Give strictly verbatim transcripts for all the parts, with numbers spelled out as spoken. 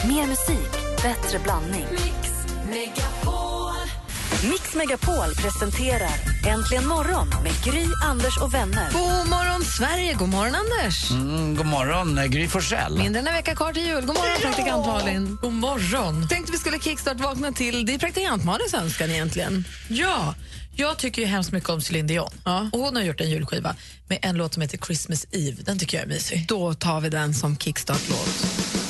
Mer musik, bättre blandning. Mix Megapol. Mix Megapol presenterar Äntligen morgon med Gry, Anders och vänner. God morgon Sverige, god morgon Anders. Mm, god morgon Gry Forssell. Mindre än en vecka kvar till jul. God morgon ja. Praktikant Malin. God morgon. Tänkte vi skulle kickstart vakna till. Det är praktikant Malins önskan egentligen. Ja, jag tycker ju hemskt mycket om Céline Dion. Ja. Och hon har gjort en julskiva med en låt som heter Christmas Eve. Den tycker jag är mysig. Då tar vi den som kickstart-låt.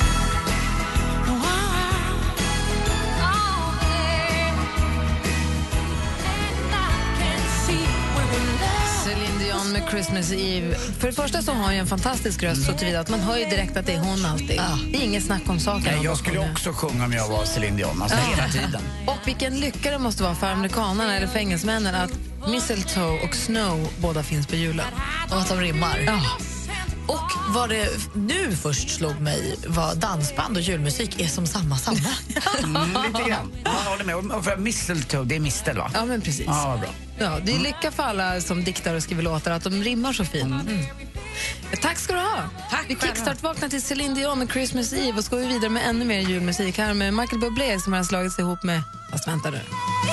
Med Christmas Eve. För det första så har hon en fantastisk röst så tillvida att man hör ju direkt att det är hon alltid. Ah. Det är inget snack om saker. Nej, jag skulle också sjunga om jag var Céline Dion, alltså ah. hela tiden. Och vilken lycka det måste vara för amerikanerna eller fängelsmännen att Mistletoe och Snow båda finns på julen. Och att de rimmar. Ja. Och vad det nu först slog mig var dansband och julmusik är som samma samma. Mm, lite grann. Jag håller med. Och för Mistletoe, det är mistel va? Ja, men precis. Ja, bra. Ja, det är lycka för alla som diktar och skriver låtar att de rimmar så fint. Mm. Mm. Tack ska du ha. Tack. Vi kickstart vaknar till Céline Dion med Christmas Eve och så går vi vidare med ännu mer julmusik här med Michael Bublé som har slagit sig ihop med, fast vänta nu.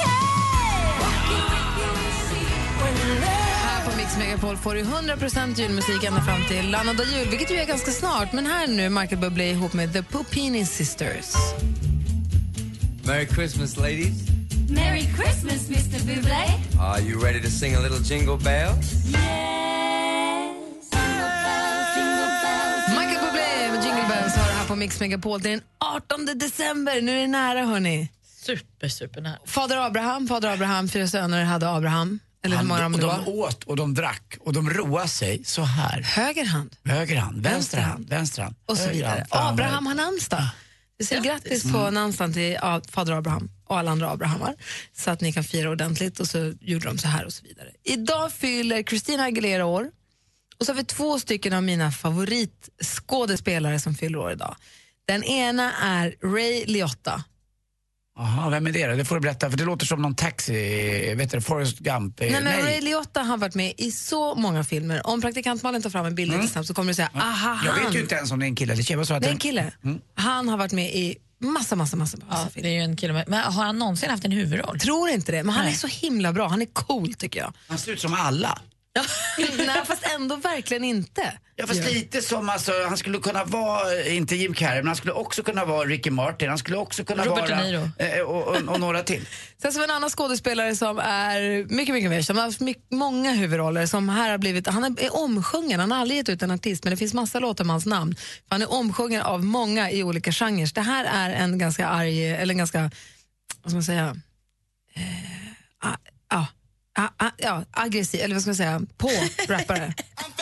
Här på Mix Megapol får du hundra procent julmusik ända fram till annandag jul, vilket ju är ganska snart. Men här nu Michael Bublé ihop med The Pupini Sisters. Merry Christmas, ladies. Merry Christmas, mister Bublé. Are you ready to sing a little jingle bells? Yes. Jingle bells, jingle bells. Michael Bublé med Jingle Bells har det här på Mix Megapol. Det är den artonde december, nu är det nära hörni. Super, super nära. Fader Abraham, fader Abraham, fyra söner hade Abraham. Eller hur många Han, de och var? de åt och de drack och de roade sig så här. Höger hand. Höger hand, vänster hand, vänster hand. Och så höger vidare. hand. Fan, Abraham har namnsdag. Vi säger Grattis. grattis på namnsdagen till ja, fader Abraham och alla andra Abrahamar. Så att ni kan fira ordentligt och så gjorde de så här och så vidare. Idag fyller Christina Aguilera år. Och så har vi två stycken av mina favoritskådespelare som fyller år idag. Den ena är Ray Liotta. Jaha, vem är det då? Det får du berätta, för det låter som någon taxi, vet du, Forrest Gump. Nej, men Ray Liotta har varit med i så många filmer. Om praktikant Malin tar fram en bild mm. lite snabbt så kommer du säga, aha, jag han. vet ju inte ens om det är en kille eller tjej. Vad sa att det är en kille. Mm. Han har varit med i massa, massa, massa, massa ja, filmer. Det är ju en kille med, men har han någonsin haft en huvudroll? Tror inte det, men han Nej. är så himla bra. Han är cool tycker jag. Han ser ut som alla. Nej, fast ändå verkligen inte. Ja, fast ja. lite som, alltså, han skulle kunna vara, inte Jim Carrey, men han skulle också kunna vara Ricky Martin, han skulle också kunna Robert vara... De Niro. Eh, och, och, och några till. Sen som en annan skådespelare som är mycket, mycket mer, som har haft mycket, många huvudroller, som här har blivit, han är, är omsjungen, han har aldrig gett ut en artist, men det finns massa låtar med hans namn. För han är omsjungen av många i olika genrer. Det här är en ganska arg, eller en ganska, vad ska man säga, eh, ah, ah. Ah, ah, ja, aggressiv, eller vad ska man säga, på rappare.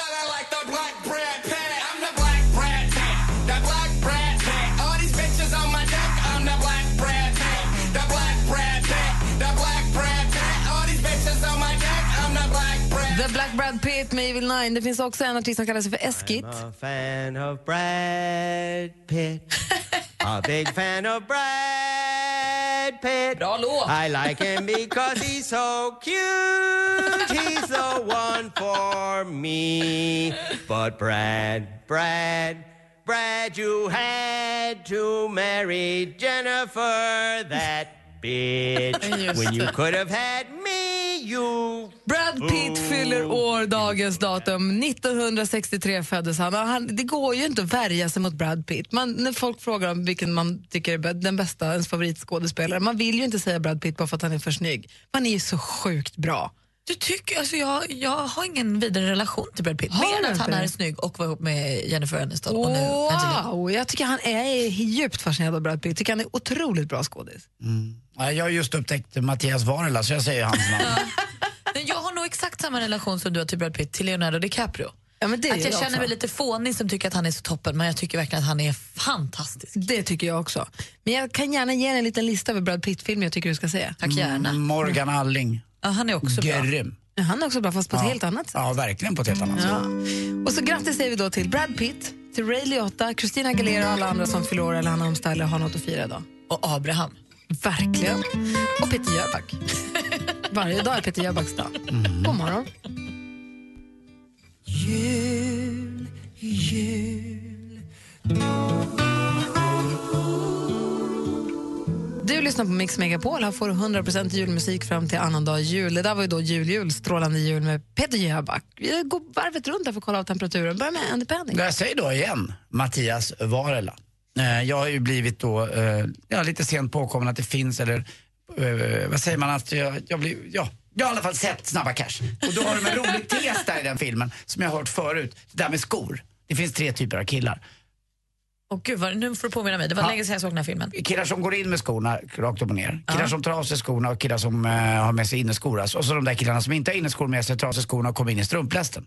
The Black Brad Pitt med Evil Nine. Det finns också en artist som kallar sig för Eskit. I'm a fan of Brad Pitt. A big fan of Brad Pitt. Bra låt. I like him because he's so cute. He's the one for me. But Brad, Brad, Brad, you had to marry Jennifer, that bitch. When you could have had me, you... Brad Pitt fyller år dagens datum. nittonhundrasextiotre föddes han. han. Det går ju inte att värja sig mot Brad Pitt. Man, när folk frågar om vilken man tycker är den bästa, ens favoritskådespelare, man vill ju inte säga Brad Pitt bara för att han är för snygg. Man är ju så sjukt bra. Du tycker, alltså jag, jag har ingen vidare relation till Brad Pitt. Har Mer att han det? är snygg och var ihop med Jennifer Aniston. Och nu Wow, jag tycker han är djupt fascinerad av Brad Pitt. Jag tycker han är otroligt bra skådis. Mm. Ja, jag har just upptäckt Mattias Varela, så jag säger hans namn. Men jag har nog exakt samma relation som du har till Brad Pitt, till Leonardo DiCaprio. Ja, men det att jag, jag känner också. mig lite fånig som tycker att han är så toppen, men jag tycker verkligen att han är fantastisk. Det tycker jag också. Men jag kan gärna ge en liten lista över Brad Pitt-filmer jag tycker du ska se. Tack gärna. Mm, Morgan Alling. Ja, han är också bra. Grym. Ja, han är också bra, fast på ett Ja. helt annat sätt. Ja, verkligen på ett helt annat sätt. Ja. Och så grattis säger vi då till Brad Pitt, till Ray Liotta, Christina Aguilera och alla andra som fyller år eller har namnsdag eller har något att fira idag. Och Abraham. Verkligen. Och Peter Jöback. Varje dag är Peter Jöbacks dag. Mm. God morgon. Jul, jul. lyssnar på Mix Megapol. Här får du hundra procent julmusik fram till annandag jul. Det där var ju då jul, jul, strålande jul med Peter Jöback. Vi går varvet runt här för att kolla av temperaturen. Börja med Andy Penning. Jag säger då igen, Mattias Varela. Jag har ju blivit då ja, lite sent påkommen att det finns, eller vad säger man, att jag, jag blir, ja, jag har i alla fall sett Snabba Cash. Och då har de en rolig tes där i den filmen som jag har hört förut. Det där med skor. Det finns tre typer av killar. Och gud, vad, nu får du påminna mig. Det var Ja. länge sedan jag såg den här filmen. Killar som går in med skorna rakt upp och ner. Killar Ja. som tar av sig skorna och killar som uh, har med sig inneskor. Alltså. Och så de där killarna som inte har inneskor med sig, tar av sig skorna och kommer in i strumplästen.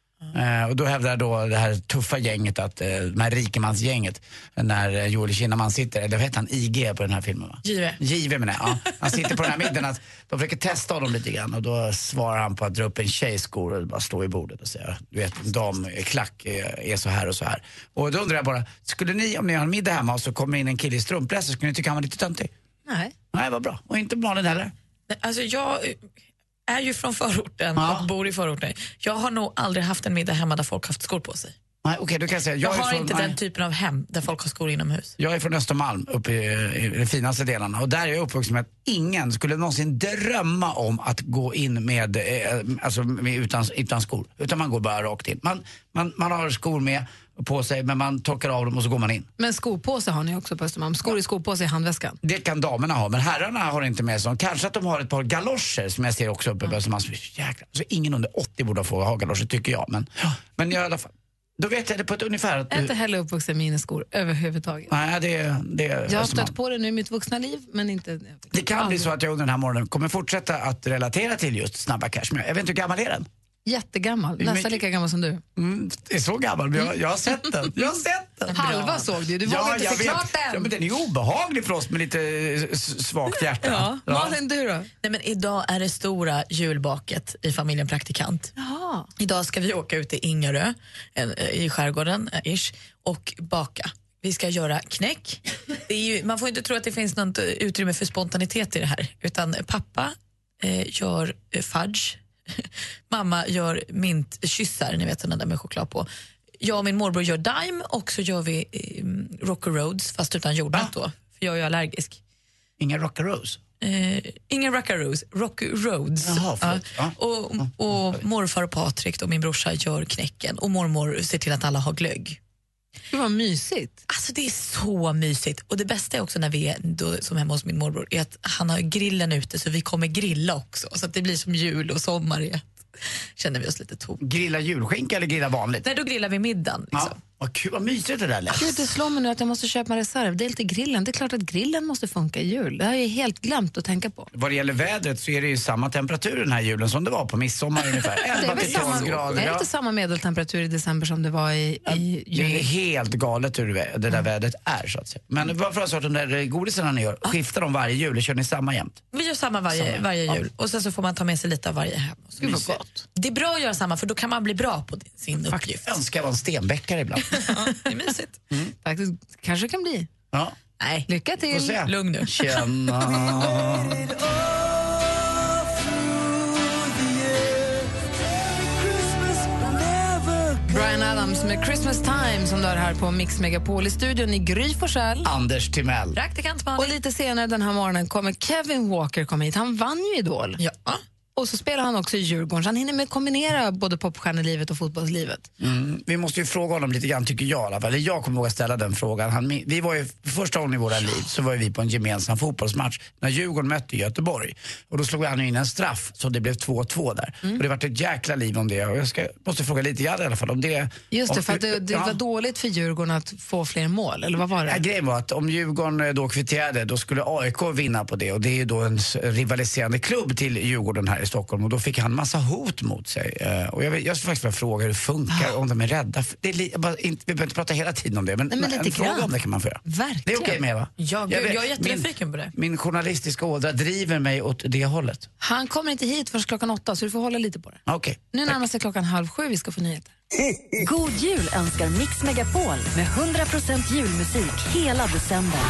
Uh, och då hävdar då det här tuffa gänget, att uh, de här rikemansgänget, när uh, Joel Kinnaman sitter, eller vad heter han, I G på den här filmen, va? J V. J V menar jag, ja. Han sitter på den här middagen, att de försöker testa honom lite grann, och då svarar han på att dra upp en tjejskor och bara slå i bordet och säga, du vet, damklack är, är så här och så här. Och då undrar jag bara, skulle ni, om ni har en middag hemma och så kommer in en kille i strumpläst, skulle ni tycka han var lite töntig? Nej. Nej, vad bra. Och inte Malin heller. Alltså jag är ju från förorten Ja. och bor i förorten. Jag har nog aldrig haft en middag hemma där folk haft skor på sig. Nej, okej, okay, du kan säga. Jag, Jag, är har från, inte nej, den typen av hem där folk har skor inomhus. jag är från Östermalm, uppe i, i de finaste delarna. Och där är jag uppvuxen med att ingen skulle någonsin drömma om att gå in med, eh, alltså med utan, utan skor. Utan man går bara rakt in. Man, man, man har skor med på sig, men man torkar av dem och så går man in. Men skopåse har ni också på Östermalm. Skor i skopåse i handväskan. Det kan damerna ha, men herrarna har inte med sig. Kanske att de har ett par galoscher som jag ser också uppe på Östermalm. Jäklar. Så ingen under åttio borde få ha galoscher, tycker jag. Men, men jag i alla fall. Då vet jag det på ett ungefär att Jag är inte heller uppvuxen med inneskor överhuvudtaget. nej, det, det är Jag har Östermalm. stött på det nu i mitt vuxna liv, men inte... Det kan bli så att jag under den här morgonen kommer fortsätta att relatera till just Snabba Cash. Men jag vet inte hur gammal är den? Jättegammal, är nästan mycket- lika gammal som du. Mm, det är så gammal, men jag, jag har sett den. Jag har sett den. Halva såg du, du vågar inte jag se klart Ja, den. men den är obehaglig för oss med lite eh, s- svagt hjärta. Ja. Malin, du då? Nej, men idag är det stora julbaket i familjen Praktikant. Jaha. Idag ska vi åka ut till Ingarö en, eh, i skärgården eh, ish, och baka. Vi ska göra knäck. Det är ju, man får inte tro att det finns något eh, utrymme för spontanitet i det här. Utan pappa eh, gör eh, fudge. Mamma gör mintkyssar, ni vet, sådana där med choklad på. Jag och min morbror gör daim, och så gör vi eh, Rocky Roads, fast utan jordnöt då. För jag är ju allergisk. Inga Rockaroos. Eh, ingen Rockaroos, Rocky Roads. Jaha, förlåt. Ja. Och, och morfar och Patrik och min brorsa gör knäcken, och mormor ser till att alla har glögg. Det var mysigt. Alltså det är så mysigt. Och det bästa är också när vi är då, som hemma hos min morbror, är att han har grillen ute, så vi kommer grilla också. Så att det blir som jul och sommar i ett. Känner vi oss lite tom. Grilla julskinka eller grilla vanligt? Nej, då grillar vi middagen. Liksom. Ja. Vad kul, vad mysigt det där lät. Gud, det slår mig nu att jag måste köpa en reservdel till grillen. Det är klart att grillen måste funka i jul. Det har jag helt glömt att tänka på. Vad det gäller vädret så är det ju samma temperatur den här julen som det var på midsommar ungefär. Det är elva väl till samma, tolv grader. är det Ja. inte samma medeltemperatur i december som det var i, i Det är juli? helt galet hur det, det där vädret är, så att säga. Men vad för att de där godisarna ni gör, skiftar de varje jul eller kör ni samma jämt? Vi gör samma varje, Samma. varje Ja. jul. Och sen så får man ta med sig lite av varje hem. Och så Gud, vad mysigt. gott. Det är bra att göra samma, för då kan man bli bra på sin uppgift. Jag önskar jag var en stenbäckare ibland. Det är mysigt. Faktiskt, kanske det kan bli. Ja. Nej, Lycka Får till. se. lugn nu. Tjena. Bryan Adams med Christmas Time som du har här på Mix Megapol. I studion i Gry Forssell. Anders Timell. Praktikant Och Malin. lite senare den här morgonen kommer Kevin Walker komma hit. Han vann ju Idol. Ja. Och så spelar han också i Djurgården. Så han hinner med kombinera både popstjärnelivet och fotbollslivet. Mm, vi måste ju fråga honom lite grann, tycker jag i alla fall. Eller jag kommer våga ställa den frågan. Han, vi var ju, första gången i våra liv så var ju vi på en gemensam fotbollsmatch när Djurgården mötte Göteborg. Och då slog han in en straff så det blev två två där. Mm. Och det var ett jäkla liv om det. Och jag ska, måste fråga lite grann i alla fall om det. Just det, om, för att det, det ja. var dåligt för Djurgården att få fler mål. Eller vad var Ja, det? grejen var att om Djurgården då kvitterade, då skulle A I K vinna på det. Och det är ju då en s- rivaliserande klubb till Djurgården här i Stockholm. Och då fick han massa hot mot sig. Eh, och jag, vill- jag skulle faktiskt vilja fråga hur det funkar, om de är rädda. För- Det är li- jag bara, inte, vi behöver inte prata hela tiden om det, men, Nej, men en lite fråga grann. om det kan man få göra. Verkligen. Det är okej med, va? Ja, gud, vet- jag är jättenyfiken på det. Min journalistiska ådra driver mig åt det hållet. Han kommer inte hit först klockan åtta, så du får hålla lite på det. Ah, Okej. Nu närmar sig klockan halv sju, vi ska få nyheter. God jul önskar Mix Megapol med hundra procent julmusik hela december.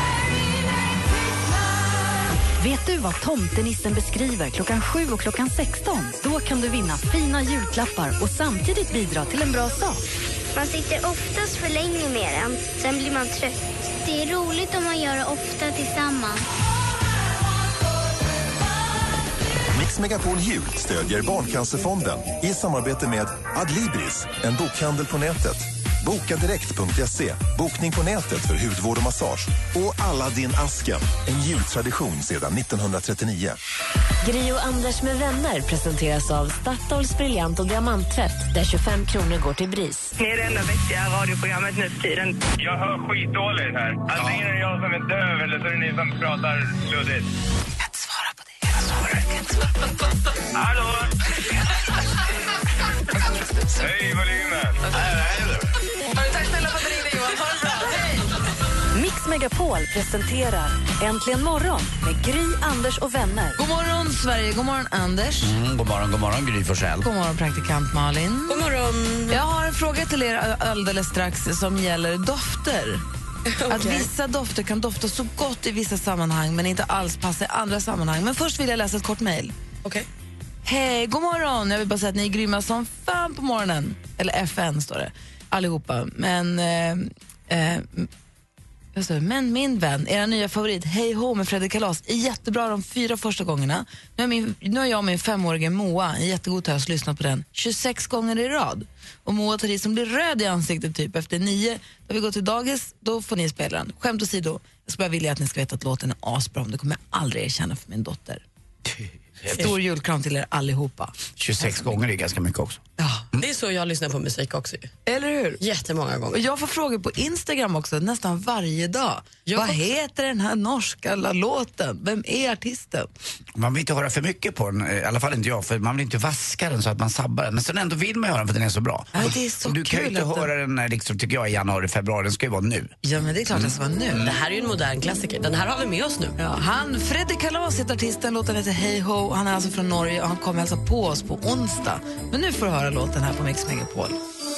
Vet du vad tomtenissen beskriver klockan sju och klockan sexton? Då kan du vinna fina julklappar och samtidigt bidra till en bra sak. Man sitter oftast för länge med den, sen blir man trött. Det är roligt om man gör det ofta tillsammans. Mix Megapol Jul stödjer Barncancerfonden i samarbete med Adlibris, en bokhandel på nätet. Boka direkt punkt se, bokning på nätet för hudvård och massage. Och Aladdin Asken, en jultradition sedan nittonhundratrettionio. Gri och Anders med vänner presenteras av Statoils briljant och diamanttvätt, där tjugofem kronor går till BRIS. Ni är det enda vettiga radioprogrammet nu för tiden. Jag hör skitdåligt här. Antingen är det jag som är döv eller så är det ni som pratar luddigt. Jag kan inte svara på det. Jag svarar, jag kan inte svara på det. Hallå? Hej, volymen. Tack snälla för att du ringde, Johan. Ha det bra. Hej! Mix Megapol presenterar Äntligen morgon med Gry, Anders och vänner. God morgon, Sverige. God morgon, Anders. Mm, god morgon, god morgon, Gry Forssell. God morgon, praktikant Malin. God morgon. Jag har en fråga till er alldeles strax som gäller dofter. Okay. Att vissa dofter kan dofta så gott i vissa sammanhang men inte alls passa i andra sammanhang. Men först vill jag läsa ett kort mejl. Okej. Okay. Hej, god morgon. Jag vill bara säga att ni är grymma som fan på morgonen. Eller F N står det. Allihopa. Men... Eh, eh, Men min vän, era nya favorit Hej Ho med Fredrik Kalas är jättebra de fyra första gångerna. Nu har, min, nu har jag och min femårige Moa, en jättegod höst, lyssnat på den tjugosex gånger i rad. Och Moa tar i som blir röd i ansiktet typ efter nio. Då vi går till dagis, då får ni spela den. Skämt åsido, jag skulle bara vilja att ni ska veta att låten är asbra. Det kommer jag aldrig erkänna för min dotter. Stor julkram till er allihopa. tjugosex gånger är ganska mycket också. Ja. Mm. Det är så jag lyssnar på musik också. Eller hur? Jättemånga gånger. Och jag får frågor på Instagram också nästan varje dag. Jag Vad också. heter den här norska låten? Vem är artisten? Man vill inte höra för mycket på den, i alla fall inte jag, för man vill inte vaska den så att man sabbar den. Men sen ändå vill man höra den för den är så bra. Ja, det är så och du kan ju kul inte att höra den, den liksom, tycker jag, i januari, februari. Den ska ju vara nu. Ja, men det är klart att det ska vara nu. Det här är ju en modern klassiker. Den här har vi med oss nu. Ja, han, Fredrik Kalas heter artisten, låten heter Hey Ho. Han är alltså från Norge och han kommer hälsa på oss på onsdag. Men nu får du höra låten här på Mix Megapol.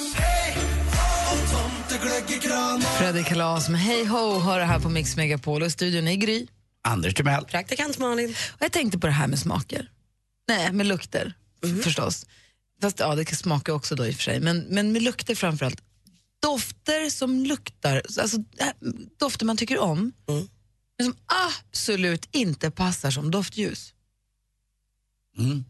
Fredrik Kalas med Hey Ho hör det här på Mix Megapol och studion är Gry. Anders Timell. Praktikant Malin. Och jag tänkte på det här med smaker. Nej, med lukter mm. förstås. Fast ja, det kan smaka också då i och för sig. Men, men med lukter framförallt. Dofter som luktar, alltså dofter man tycker om, mm. men som absolut inte passar som doftljus. Mm.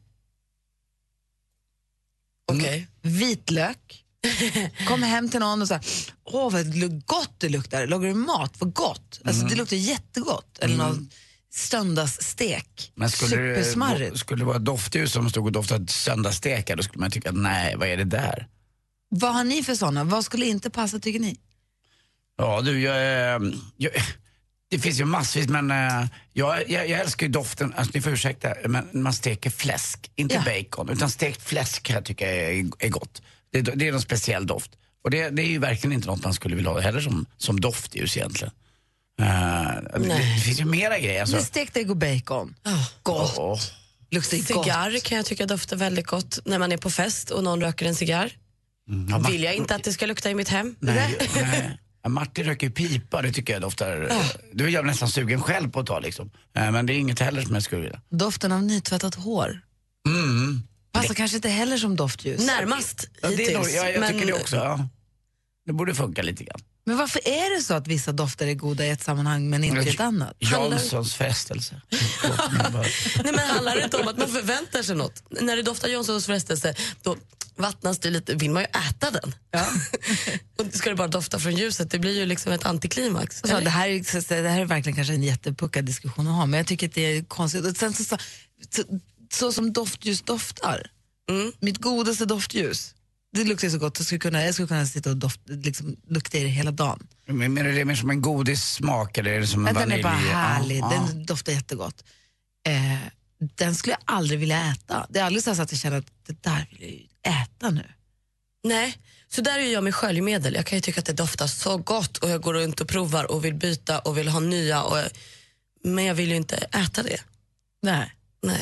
Okej. Okay. Vitlök. Kom hem till någon och sa, åh vad gott det luktar. Lagar du mat? Vad gott. Alltså mm. det luktar jättegott. Eller mm. någon söndagsstek. Men skulle supersmarrigt. Det, skulle det vara doftljus som stod och doftade söndagsstekar, då skulle man tycka, nej, vad är det där? Vad har ni för sådana? Vad skulle inte passa, tycker ni? Ja, du, jag, jag, det finns ju massvis, men jag, jag, jag älskar ju doften, alltså ni får ursäkta, men man steker fläsk, inte ja. bacon, utan stekt fläsk kan jag tycka är, är gott. Det, det är någon speciell doft. Och det, det är ju verkligen inte något man skulle vilja ha heller som, som doftljus egentligen. Uh, det, det finns ju mera grejer. Alltså. Men stekt ägg och bacon. Oh. Gott. Oh. Cigarr gott. kan jag tycka doftar väldigt gott när man är på fest och någon röker en cigarr. Mm. Ja, vill jag inte att det ska lukta i mitt hem? Nej, nej. Ja, Martin röker ju pipa, det tycker jag doftar... Oh. Det vill jag nästan sugen själv på att ta liksom. Uh, men det är inget heller som jag skulle vilja. Doften av nytvättat hår. Mm. Passar det... kanske inte heller som doftljus. Närmast ja, det är nog, ja, jag men... tycker det också. Ja. Det borde funka lite grann. Men varför är det så att vissa dofter är goda i ett sammanhang men inte i ett annat? Janssons frestelse. Nej, men handlar det inte om att man förväntar sig något? När det doftar Janssons frestelse, då vattnas det lite, vill man ju äta den. Ja. Och ska det bara dofta från ljuset, det blir ju liksom ett antiklimax. Så, det, här är, det här är verkligen kanske en jättepuckad diskussion att ha, men jag tycker att det är konstigt. Och sen så, så, så, så som doftljus doftar, mm. mitt godaste doftljus, det luktar så gott, jag skulle kunna, jag skulle kunna sitta och doft, liksom, lukta i det hela dagen. Men är det mer som en godissmak eller är det som en vanilj? Den är bara härlig, ja, den ja. doftar jättegott. Eh, den skulle jag aldrig vilja äta. Det är aldrig så att jag känner att det där vill jag ju äta nu. Nej, så där är jag med sköljmedel. Jag kan ju tycka att det doftar så gott och jag går runt och provar och vill byta och vill ha nya. Och, men jag vill ju inte äta det. Nej. Nej.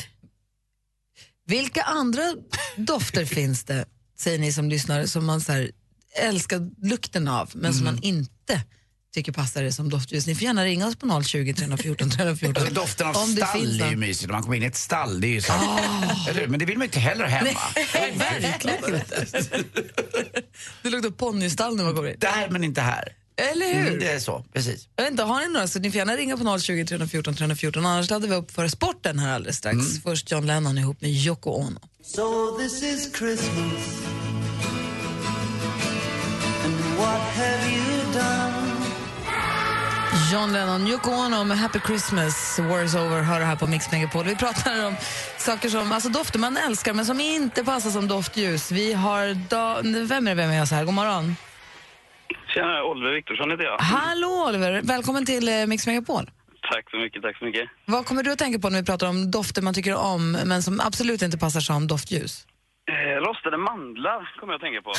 Vilka andra dofter finns det, säger ni som lyssnar, som man så här älskar lukten av men mm. som man inte tycker passar det som doftljus? Ni får gärna ringa oss på noll tjugo, tre fjorton, tre fjorton. Alltså, doften av om stall är ju mysigt. När man kommer in i ett stall, det är ju så. Oh. Eller, men det vill man inte heller hemma. Nej, verkligen inte. Det luktar ponnystall när man kommer in. Där, men inte här. Eller hur? Mm, det är så, precis. Jag vet inte, har ni några så ni får gärna ringa på noll tjugo, tre fjorton, tre fjorton. Annars laddar vi upp för sporten här alldeles strax. Mm. Först John Lennon ihop med Yoko Ono. So this is Christmas. And what have you done? John Lennon, Yoko Ono med Happy Christmas, War is over, hör det här på Mix Megapol. Vi pratar om saker som, alltså dofter man älskar men som inte passar som doftljus. Vi har, da, vem är det vem är jag så här? God morgon. Tjena, Oliver Viktorsson heter jag. Hallå Oliver, välkommen till eh, Mix Megapol. Tack så mycket, tack så mycket. Vad kommer du att tänka på när vi pratar om dofter man tycker om men som absolut inte passar som doftljus? Eh, rostade mandlar kommer jag att tänka på.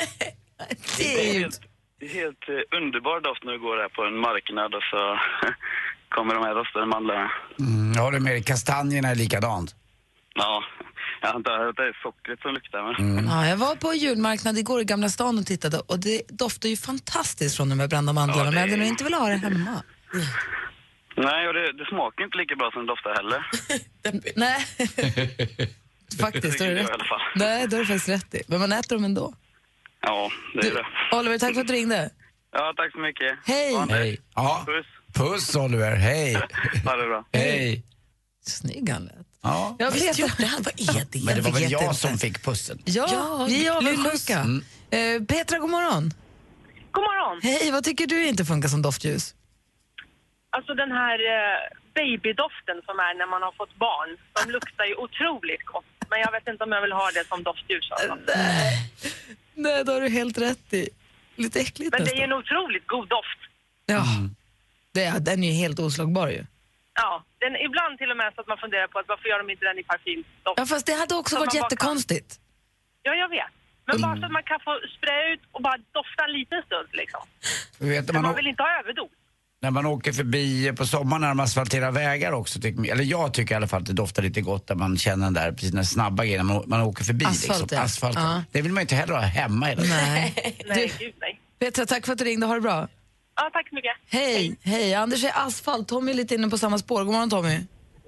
Det är ju... helt, helt eh, underbar doft när du går här på en marknad och så kommer de här rostade mandlarna. Mm, jag håller med, kastanjerna är likadant. Ja, jag antar att det är sockret som luktar. Men... Mm. Ja, jag var på julmarknad igår i Gamla stan och tittade och det doftar ju fantastiskt från de här brända mandlarna, ja, det... men jag hade nog inte velat ha det hemma. Mm. Nej, och det, det smakar inte lika bra som det doftar heller. Nej, faktiskt. Det är det jag, i alla fall. Nej, då är det faktiskt rätt i. Men man äter dem ändå. Ja, det är du, det. Oliver, tack för att du ringde. Ja, tack så mycket. Hej! Ja, hej. Ja. Puss. Puss, Oliver. Hej. Ha det bra. Hej. Snygg han lät. Ja. Jag vet gjorde han. Vad är det? Men det var väl jag inte. som fick pussen. Ja, ja vi är avundsjuka. Mm. Eh, Petra, god morgon. God morgon. Hej, vad tycker du inte funkar som doftljus? Alltså den här eh, babydoften som är när man har fått barn, de luktar ju otroligt gott. Men jag vet inte om jag vill ha det som doftljus. Alltså. Nej. Nej, då har du helt rätt i. Lite äckligt Men nästan. det är en otroligt god doft. Ja, det är, den är ju helt oslagbar ju. Ja, den, ibland till och med så att man funderar på att varför gör de inte den i parfymdoft. Ja, fast det hade också så varit jättekonstigt. Kan... Ja, jag vet. Men bara så att man kan få spraya ut och bara dofta en liten stund liksom. Vet, man, man man vill inte ha överdos. När man åker förbi på sommaren när de asfalterar vägar också, tycker, eller jag tycker i alla fall att det doftar lite gott där man känner den där, precis den snabba grejen, man, man åker förbi. Asfalt, liksom, ja. asfalt. Ja. Det vill man ju inte heller ha hemma. Eller? Nej. Nej, gud nej. Petra, tack för att du ringde, ha det bra. Ja, tack så mycket. Hej, hej. Anders är asfalt, Tommy är lite inne på samma spår. God morgon Tommy.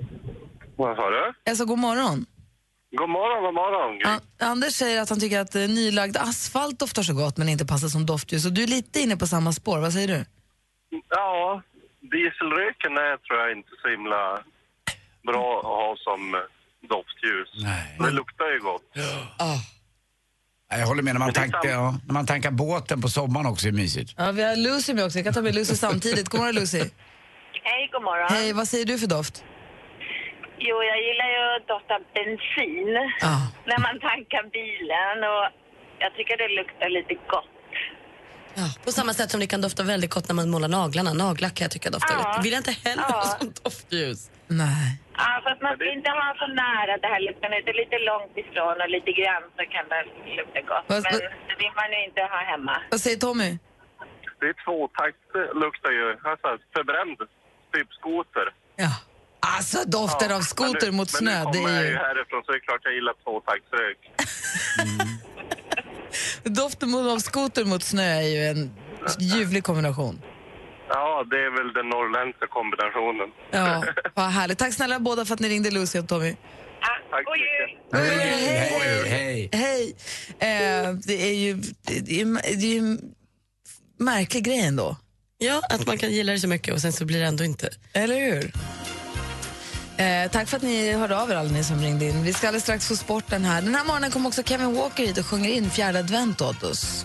Vad sa du? Jag sa god morgon. God morgon, god morgon. An- Anders säger att han tycker att eh, nylagd asfalt doftar så gott men inte passar som doftljus. Och du är lite inne på samma spår, vad säger du? Ja, dieselröken är tror jag inte så himla bra att ha som doftljus. Nej. Det luktar ju gott. Oh. Jag håller med, när man, tankar, ja, när man tankar båten på sommaren också är mysigt. Ja, vi har Lucy med också. Jag kan ta med Lucy samtidigt. God morgon Lucy. Hej, god morgon. Hej, vad säger du för doft? Jo, jag gillar ju att dofta bensin ah. när man tankar bilen och jag tycker det luktar lite gott. Ja, på samma sätt som det kan dofta väldigt gott när man målar naglarna. Nagellack kan jag tycka doftar ja. lite. Vill jag inte heller ja. ha som doftljus. Nej. Ja, fast man ska inte ha så nära det här lukten. Det är lite långt ifrån och lite grann så kan det lukta gott. Vad, men vad, det vill man ju inte ha hemma. Vad säger Tommy? Det är tvåtakt, luktar ju alltså, förbränd, typ skoter. Ja. Alltså doften ja, av skoter nu, mot snö, men det är ju... jag ju härifrån så är det klart jag gillar tvåtaktsrök. Mm. Doften av skoter mot snö är ju en ljuvlig kombination. Ja, det är väl den norrländska kombinationen. Ja, vad härligt. Tack snälla båda för att ni ringde, Lucy och Tommy. Tack så mycket. Hej, hej, hej. Hej. Eh, det är ju det är, det är ju en märklig grej ändå. Ja, att man kan gilla det så mycket och sen så blir det ändå inte. Eller hur? Eh, tack för att ni hörde av er, alla ni som ringde in. Vi ska alldeles strax få sporten här. Den här morgonen kommer också Kevin Walker hit och sjunger in fjärde advent åt oss.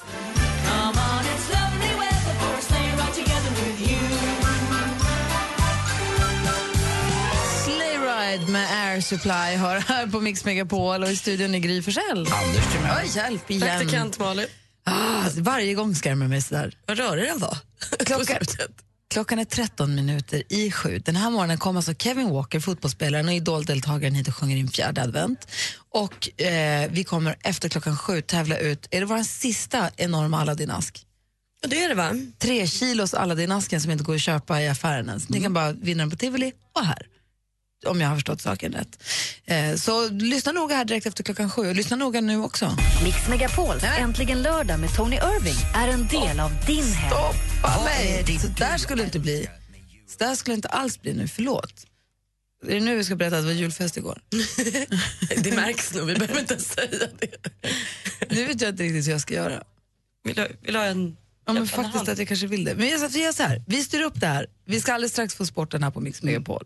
Med Air Supply hör här på Mix Megapol och i studion i Gry Forssell. Anders till mig. Oj, hjälp igen. Praktikant Malin. Ah, varje gång skrämmer mig sådär. Vad rörig den var. Klockan, klockan är tretton minuter i sju. Den här morgonen kommer alltså Kevin Walker, fotbollsspelaren och idoldeltagaren hit och sjunger in fjärde advent. Och eh, vi kommer efter klockan sju tävla ut, är det vår sista enorma Aladdin-ask? Ja, det är det va? Tre kilos Aladdin-asken som inte går att köpa i affären ens. Ni kan bara vinna den på Tivoli och här. Om jag har förstått saken rätt. Eh, så lyssna noga här direkt efter klockan sju. Lyssna noga nu också. Mix Megapols Äntligen lördag med Tony Irving är en del av din helg. Stoppa mig! Så där skulle det inte bli. Så där skulle det inte alls bli nu. Förlåt. Är det nu vi ska berätta att det var julfest igår? Det märks nog. Vi behöver inte säga det. Nu vet jag inte riktigt hur jag ska göra. Vill du, vill du ha en Ja, men faktiskt att jag kanske vill det. Men jag sa att vi gör så här. Vi styr upp det här. Vi ska alldeles strax få sporten här på Mix Megapol.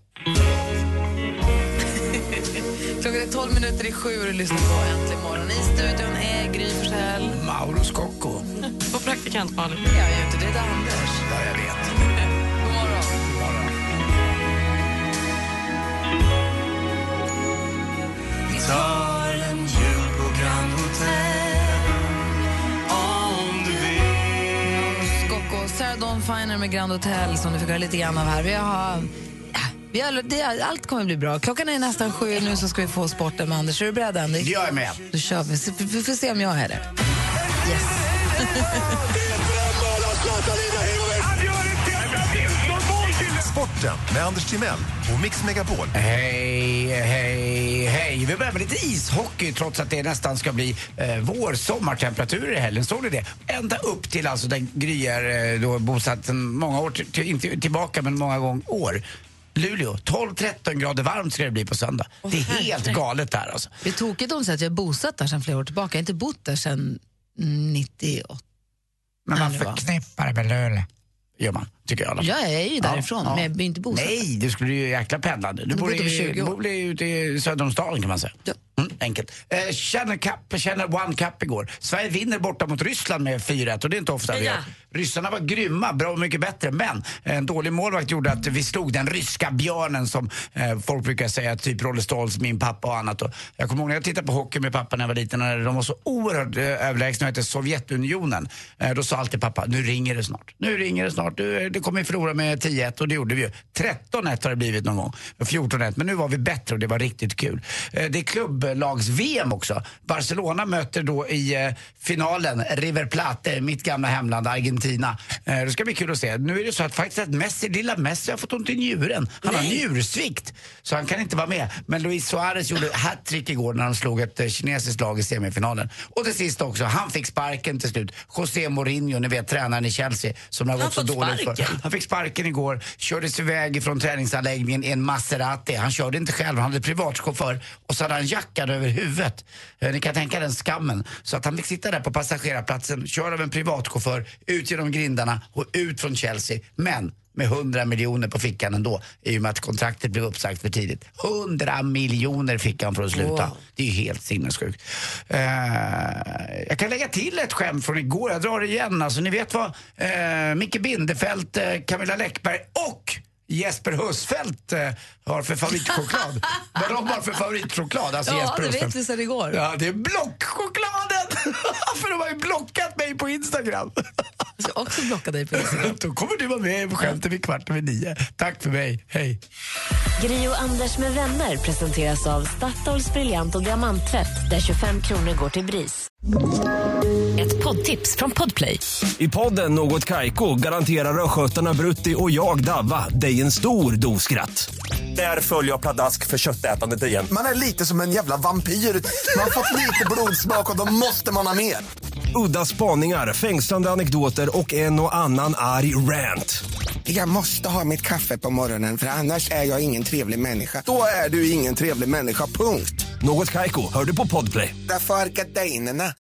Klockan är tolv minuter i sju och du lyssnar på Äntligen morgon. I studion är Gry Forssell, Mauro Scocco och praktikant Malin. Ja, jag vet inte, det är det Anders. Ja, jag vet. God morgon. God morgon. Vi tar en jul på Grand Hotel om du vill. Scocco, Sarah Dawn Finer med Grand Hotel som du fick höra lite grann av här. Vi har... Vi har, det, allt kommer bli bra. Klockan är nästan sju nu, så ska vi få sporten med Anders. Är du beredd, Andy? Jag är med. Då kör vi. Så, vi får se om jag är det. Yes. Sporten med Anders Timell och Mix Megapol. Hej, hej, hej. Vi börjar med lite ishockey trots att det nästan ska bli eh, vår sommartemperaturer i helgen. Såg ni det? Ända upp till alltså den Gry är eh, då bosatt sedan många år, till, inte tillbaka men många gånger år. Luleå, tolv tretton grader varmt ska det bli på söndag. Oh, det är helt herre. galet där alltså. Det är tokigt om så att jag har bosatt där sedan flera år tillbaka. Jag har inte bott där sedan nittioåtta. Men man förknippar det med Luleå. Gör man, tycker jag. Ja, jag är ju därifrån, ja, ja. men jag är inte bosatt. Nej, du skulle ju jäkla pendlande. Du bor ute i söder om staden kan man säga. Ja. Mm, enkelt. Eh, Channel Cup, Channel One Cup igår. Sverige vinner borta mot Ryssland med fyra ett och det är inte ofta vi gör. Ryssarna var grymma, bra och mycket bättre, men en dålig målvakt gjorde att vi slog den ryska björnen som eh, folk brukar säga, typ Rolle Stolz, min pappa och annat. Och jag kommer ihåg när jag tittade på hockey med pappa när jag var liten, när de var så oerhört eh, överlägsna och hette Sovjetunionen. Eh, då sa alltid pappa, nu ringer det snart. Nu ringer det snart. Du, du kommer förlora med tio ett och det gjorde vi ju. tretton ett har det blivit någon gång. fjorton ett, men nu var vi bättre och det var riktigt kul. Eh, det är klubblags-V M också. Barcelona möter då i eh, finalen River Plate, mitt gamla hemland Argentina. Eh, det ska bli kul att se. Nu är det så att faktiskt att Messi, lilla Messi har fått ont i njuren. Han Nej. har njursvikt, så han kan inte vara med. Men Luis Suarez gjorde hattrick igår när han slog ett eh, kinesiskt lag i semifinalen. Och till sist också, han fick sparken till slut. José Mourinho, ni vet tränaren i Chelsea, som har gått så dåligt för. Han fick sparken igår, kördes iväg från träningsanläggningen i en Maserati. Han körde inte själv, han hade privatchaufför och så hade han jackan över huvudet. Eh, ni kan tänka den skammen. Så att han fick sitta där på passagerarplatsen, köra av en privatchaufför, ut genom grindarna och ut från Chelsea. Men med hundra miljoner på fickan ändå, i och med att kontraktet blev uppsagt för tidigt. hundra miljoner fick han för att sluta. Wow. Det är ju helt sinnessjukt. Uh, jag kan lägga till ett skämt från igår. Jag drar det igen. Alltså, ni vet vad uh, Micke Bindefeld, uh, Camilla Läckberg och Jesper Husfeldt uh, har för favoritchoklad. Vad de har för favoritchoklad. Alltså ja, Jesper det Husfeldt. vet vi sedan igår. Ja, det är blockchokladen. För de har ju blockat mig på Instagram. Jag ska också blocka dig på Instagram. Då kommer du vara med på skämtet vid kvart över nio. Tack för mig. Hej. Gry och Anders med vänner presenteras av Statoils briljant och diamanttvätt där tjugofem kronor går till BRIS. Ett poddtips från Podplay. I podden Något Kaiko garanterar öskötarna Brutti och jag Davva dig en stor doskratt. Där följer jag pladask för köttätandet igen. Man är lite som en jävla vampyr. Man har fått lite blodsmak och då måste man ha mer. Udda spaningar, fängslande anekdoter och en och annan arg rant. Jag måste ha mitt kaffe på morgonen för annars är jag ingen trevlig människa. Då är du ingen trevlig människa, punkt. Något Kaiko, hör du på Podplay. Därför är gardinerna.